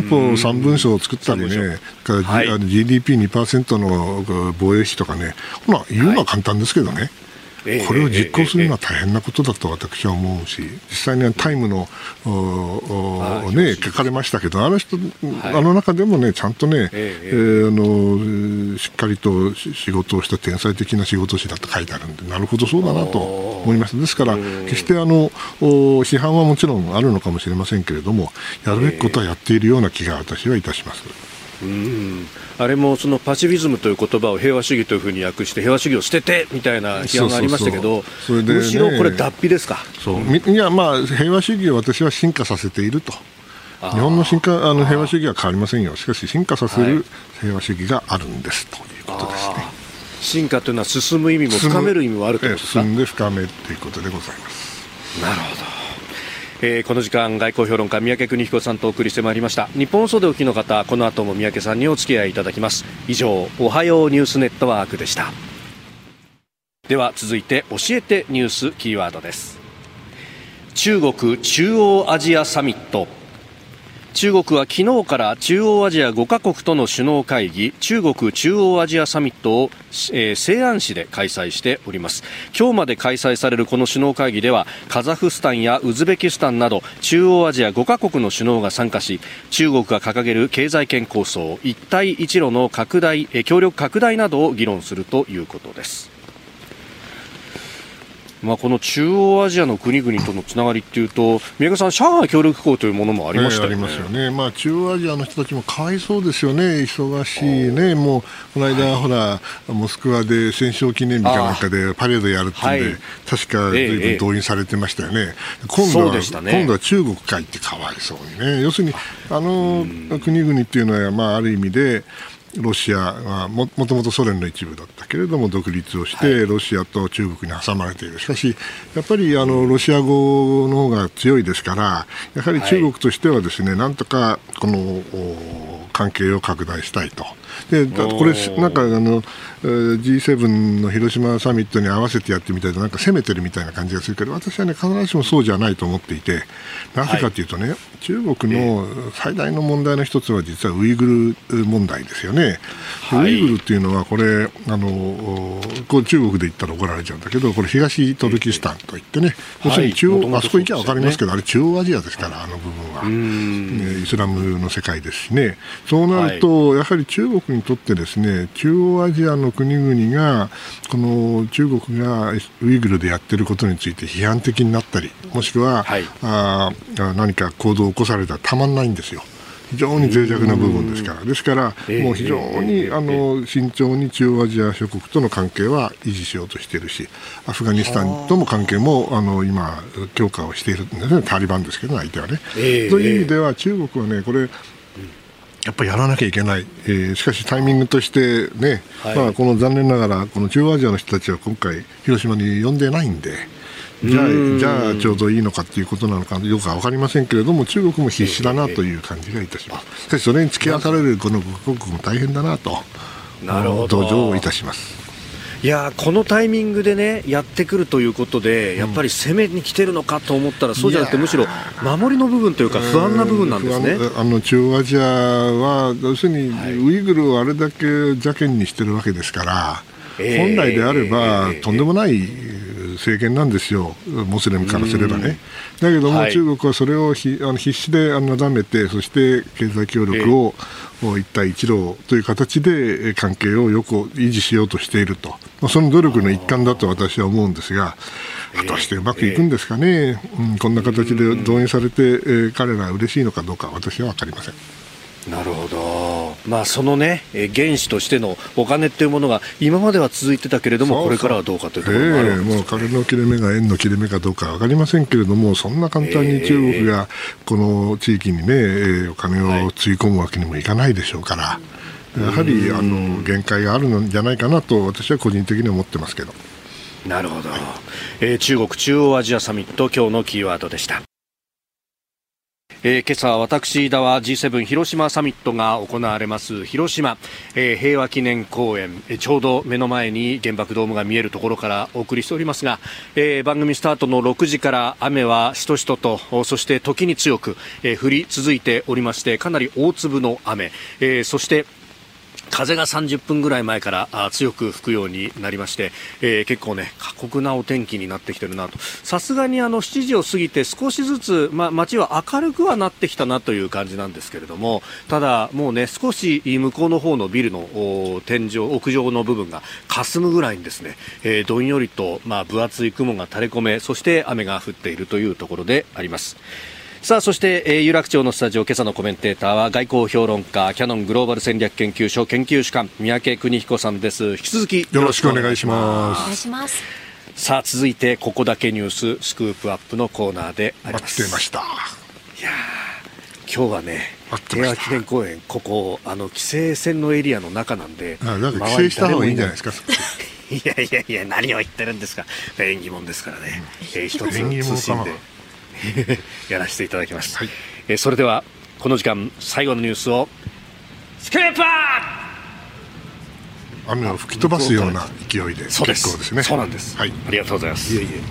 3文書を作ったりね、GDP2% の防衛費とかね、言うのは簡単ですけどね、これを実行するのは大変なことだと私は思うし、実際にはタイムの書かれましたけど、あの中でもね、ちゃんとね、しっかりと仕事をした天才的な仕事師だと書いてあるんで、なるほどそうだなと思います。ですから決して批判はもちろんあるのかもしれませんけれども、やるべきことはやっているような気が私はいたします。 あれもそのパシフィズムという言葉を平和主義というふうに訳して平和主義を捨ててみたいな批判がありましたけど、むしろこれ脱皮ですか。 いや、平和主義を私は進化させていると。日本の平和主義は変わりませんよ。しかし進化させる平和主義があるんですということですね。 進化というのは進む意味も深める意味もあるということですか。 進んで深めるということでございます。 なるほど。この時間、外交評論家三宅邦彦さんとお送りしてまいりました。日本放送でお聞きの方、この後も三宅さんにお付き合いいただきます。以上、おはようニュースネットワークでした。では続いて教えてニュースキーワードです。中国中央アジアサミット。中国は昨日から中央アジア5カ国との首脳会議、中国中央アジアサミットを、西安市で開催しております。今日まで開催されるこの首脳会議では、カザフスタンやウズベキスタンなど中央アジア5カ国の首脳が参加し、中国が掲げる経済圏構想一帯一路の協力拡大などを議論するということです。 この中央アジアの国々とのつながりっていうと、宮家さん、上海協力港というものもありましたよね。 ありますよね。中央アジアの人たちもかわいそうですよね。忙しいね。もうこの間、ほらモスクワで戦勝記念日かなんかでパレードやるっていうんで、確か随分動員されてましたよね。今度は中国かいってかわいそうにね。要するに国々っていうのは、ある意味でロシアはもともとソ連の一部だったけれども独立をして、ロシアと中国に挟まれている。しかしやっぱりロシア語の方が強いですから、やはり中国としてはですね、なんとかこの関係を拡大したいと。でこれなんかG7 の広島サミットに合わせてやってみたいと、なんか攻めてるみたいな感じがするけど、私はね、必ずしもそうじゃないと思っていて、なぜかというとね、中国の最大の問題の一つは実はウイグル問題ですよね。ウイグルっていうのはこれこれ中国で言ったら怒られちゃうんだけど、これ東トルキスタンといってね、要するに中央、あそこ行けば分かりますけど、あれ中央アジアですから、あの部分はイスラムの世界ですしね。そうなると、やはり中国にとってですね、中央アジアの国々がこの中国がウイグルでやっていることについて批判的になったり、もしくは、何か行動を起こされたらたまんないんですよ。非常に脆弱な部分ですから。ですから、もう非常に慎重に中央アジア諸国との関係は維持しようとしているし、アフガニスタンとも関係も今強化をしているんですね。タリバンですけど、相手はね。という意味では中国はね、これやっぱりやらなきゃいけない。しかしタイミングとしてね、この残念ながらこの中央アジアの人たちは今回広島に呼んでないんで、じゃあちょうどいいのかということなのかよくは分かりませんけれども、中国も必死だなという感じがいたします。しかしそれに付き合わされるこの各国も大変だなと同情をいたします。 いや、このタイミングでねやってくるということで、やっぱり攻めに来てるのかと思ったら、そうじゃなくてむしろ守りの部分というか不安な部分なんですね。 中央アジアは要するにウイグルをあれだけ邪険にしてるわけですから、本来であればとんでもない政権なんですよ、モスレムからすればね。だけども中国はそれを必死でなだめて、そして経済協力を一帯一路という形で関係をよく維持しようとしていると、その努力の一環だと私は思うんですが、果たしてうまくいくんですかね。こんな形で動員されて、彼らは嬉しいのかどうか私は分かりません。 なるほど。そのね、原資としてのお金っていうものが今までは続いてたけれども、これからはどうかというところがあるわけですね。 もう金の切れ目が円の切れ目かどうか分かりませんけれども、そんな簡単に中国がこの地域にね、お金をつぎ込むわけにもいかないでしょうから、やはり限界があるんじゃないかなと私は個人的に思ってますけど。 なるほど。中国中央アジアサミット、今日のキーワードでした。今朝私田は G7 広島サミットが行われます広島、平和記念公園、ちょうど目の前に原爆ドームが見えるところからお送りしておりますが、番組スタートの6時から雨はしとしとと、そして時に強く、降り続いておりまして、かなり大粒の雨、そして風が30分ぐらい前から強く吹くようになりまして、結構ね過酷なお天気になってきてるなと。さすがに7時を過ぎて少しずつ、街は明るくはなってきたなという感じなんですけれども、ただもうね少し向こうの方のビルの天井屋上の部分が霞むぐらいにですね、どんよりと分厚い雲が垂れ込め、そして雨が降っているというところであります。さあ、そして、有楽町のスタジオ、今朝のコメンテーターは外交評論家、キヤノングローバル戦略研究所研究主幹、三宅邦彦さんです。引き続きよろしくお願いします。 お願いします。 さあ、続いてここだけニューススクープアップのコーナーであります。 待ってました。 いや今日はね、平和記念公園、ここ規制線のエリアの中なんで、 なんか規制した方がいいんじゃないですか。 いや何を言ってるんですか。縁起物ですからね、一つ慎んでやらせていただきます、はい。それではこの時間最後のニュースをスクープアップ。雨を吹き飛ばすような勢いで結構ですね。 そうなんです、 はい、 ありがとうございます。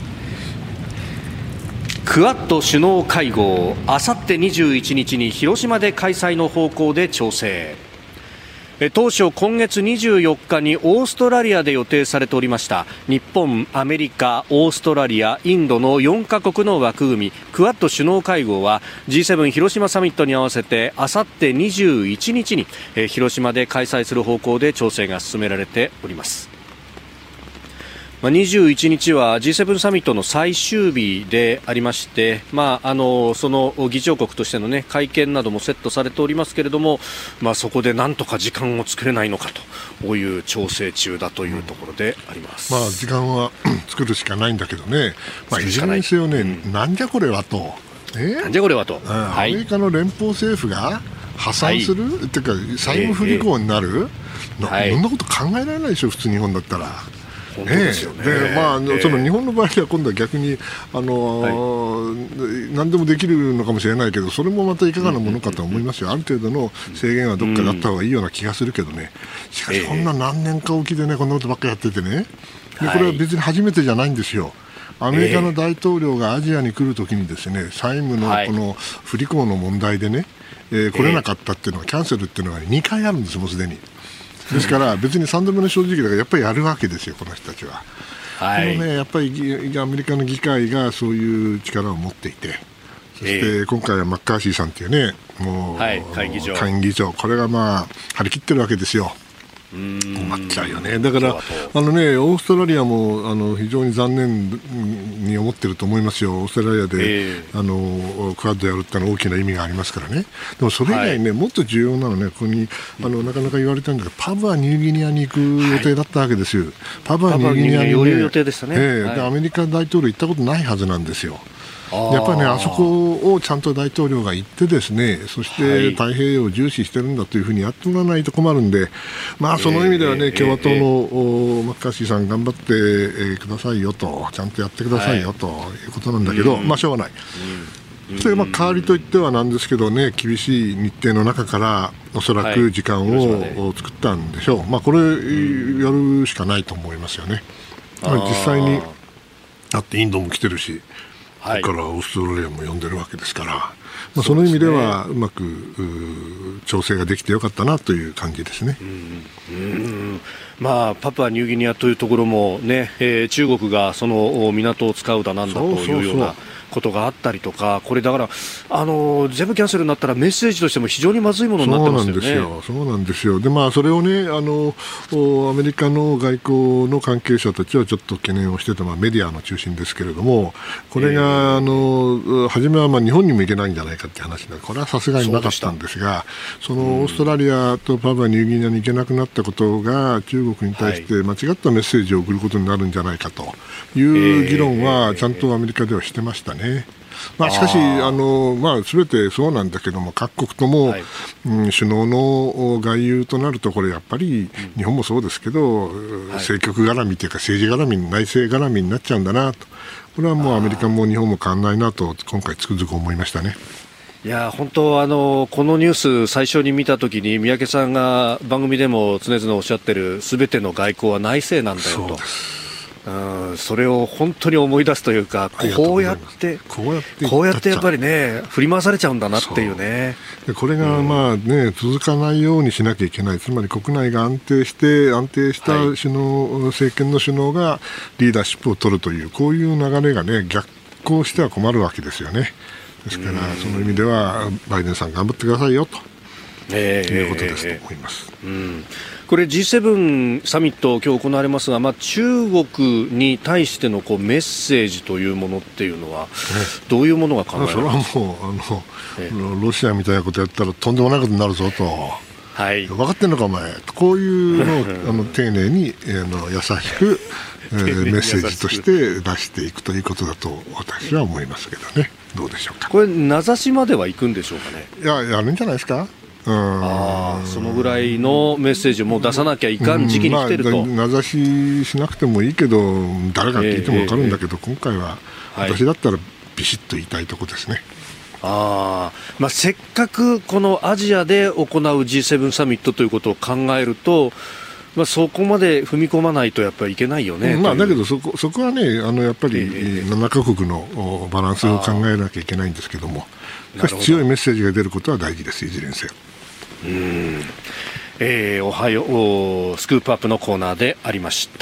クアッド首脳会合、あさって21日に広島で開催の方向で調整。当初今月24日にオーストラリアで予定されておりました日本、アメリカ、オーストラリア、インドの4カ国の枠組みクアッド首脳会合は G7 広島サミットに合わせてあさって21日に広島で開催する方向で調整が進められております。 21日は G7 サミットの最終日でありまして、その議長国としての、会見などもセットされておりますけれども、そこでなんとか時間を作れないのかという調整中だというところであります。 時間は作るしかないんだけどね、いずれにせよね、なんじゃこれはと、 なんじゃこれはと、 アメリカの連邦政府が破産する、っていうか債務不履行になる、そんなこと考えられないでしょ、普通日本だったら。 本当ですよね。 その日本の場合は今度は逆に何でもできるのかもしれないけど、それもまたいかがなものかと思いますよ。ある程度の制限はどっかであった方がいいような気がするけどね。しかしこんな何年かおきでね、こんなことばっかりやっててね、でこれは別に初めてじゃないんですよ。アメリカの大統領がアジアに来るときにですね、債務のこの不履行の問題でね、来れなかったっていうのは、キャンセルっていうのが2回あるんです、もうすでに。ですから別に3度目の正直だからやっぱりやるわけですよ、この人たちは。やっぱりアメリカの議会がそういう力を持っていて、そして今回はマッカーシーさんというね、もう、下院議長、これが張り切ってるわけですよ。困っちゃうよね。だからオーストラリアも非常に残念に思ってると思いますよ。オーストラリアで、クアッドやるってのは大きな意味がありますからね。でもそれ以外ね、もっと重要なのね、ここになかなか言われたんだけど、パブアニューギニアに行く予定だったわけですよ。パブアニューギニアに、 寄る予定でしたね。 でアメリカ大統領行ったことないはずなんですよ。やっぱりね、あそこをちゃんと大統領が行ってですね、そして太平洋を重視してるんだというふうにやってもらわないと困るんで、その意味ではね、共和党のマッカーシーさん頑張ってくださいよと、ちゃんとやってくださいよということなんだけど、しょうがない。それが代わりといってはなんですけどね、厳しい日程の中からおそらく時間を作ったんでしょう。これやるしかないと思いますよね。実際にだってインドも来てるし、それからオーストラリアも呼んでるわけですから、その意味ではうまく調整ができてよかったなという感じですね。 パプアニューギニアというところも、中国がその港を使うだなんだというようなことがあったりとか、これだから全部キャンセルになったらメッセージとしても非常にまずいものになってますよね。 そうなんですよ。でそれをね、アメリカの外交の関係者たちはちょっと懸念をしてた、メディアの中心ですけれども、これが初めは日本にも行けないんじゃないかって話で、これはさすがになかったんですが、そのオーストラリアとパプアニューギニアに行けなくなったことが中国に対して間違ったメッセージを送ることになるんじゃないかという議論はちゃんとアメリカではしてましたね。しかし全てそうなんだけども、各国とも、首脳の外遊となると、これやっぱり日本もそうですけど、政局絡みというか政治絡み、内政絡みになっちゃうんだなと、これはもうアメリカも日本も変わらないなと今回つくづく思いましたね。 いや本当このニュース最初に見たときに、三宅さんが番組でも常々おっしゃってる、すべての外交は内政なんだよと。それを本当に思い出すというか、こうやってやっぱりね、振り回されちゃうんだなっていうね。 でこれが続かないようにしなきゃいけない。つまり国内が安定した政権の首脳がリーダーシップを取るという、こういう流れがね、逆行しては困るわけですよね。ですからその意味ではバイデンさん頑張ってくださいよということですと思います。 これ G7 サミット今日行われますが、中国に対してのメッセージというものっていうのはどういうものが考えられますか。 それはもうロシアみたいなことやったらとんでもないことになるぞと、分かってんのかお前、こういうのを丁寧に優しくメッセージとして出していくということだと私は思いますけどね。どうでしょうか。 これ名指しまでは行くんでしょうかね。 やるんじゃないですか。 そのぐらいのメッセージをもう出さなきゃいかん時期に来てると。 名指ししなくてもいいけど、誰が聞いても分かるんだけど、今回は私だったらビシッと言いたいところですね。 せっかくこのアジアで行う G7 サミットということを考えると、そこまで踏み込まないとやっぱりいけないよね。 だけどそこはね、やっぱり7カ国のバランスを考えなきゃいけないんですけども、しかし強いメッセージが出ることは大事です。いずれにせよ。 おはようスクープアップのコーナーでありました。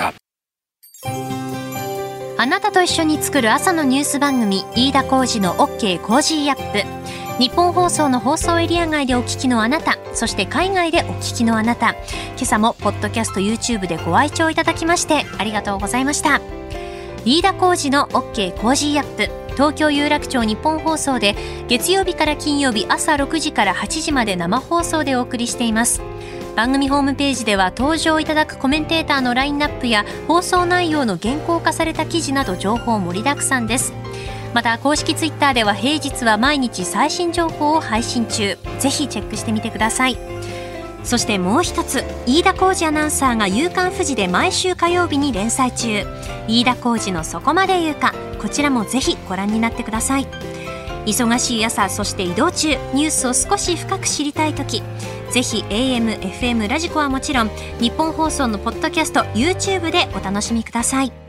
あなたと一緒に作る朝のニュース番組、飯田浩司の OK コージーアップ。 日本放送の放送エリア外でお聞きのあなた、そして海外でお聞きのあなた、今朝もポッドキャスト YouTube でご愛聴いただきましてありがとうございました。飯田浩司の OK コージーアップ、東京有楽町日本放送で月曜日から金曜日朝6時から8時まで生放送でお送りしています。番組ホームページでは登場いただくコメンテーターのラインナップや放送内容の原稿化された記事など情報盛りだくさんです。また公式ツイッターでは平日は毎日最新情報を配信中、ぜひチェックしてみてください。そしてもう一つ、飯田浩司アナウンサーが夕刊フジで毎週火曜日に連載中、飯田浩司のそこまで言うか、こちらもぜひご覧になってください。忙しい朝、そして移動中、ニュースを少し深く知りたいとき、ぜひ AM、FM、ラジコはもちろん日本放送のポッドキャスト YouTube でお楽しみください。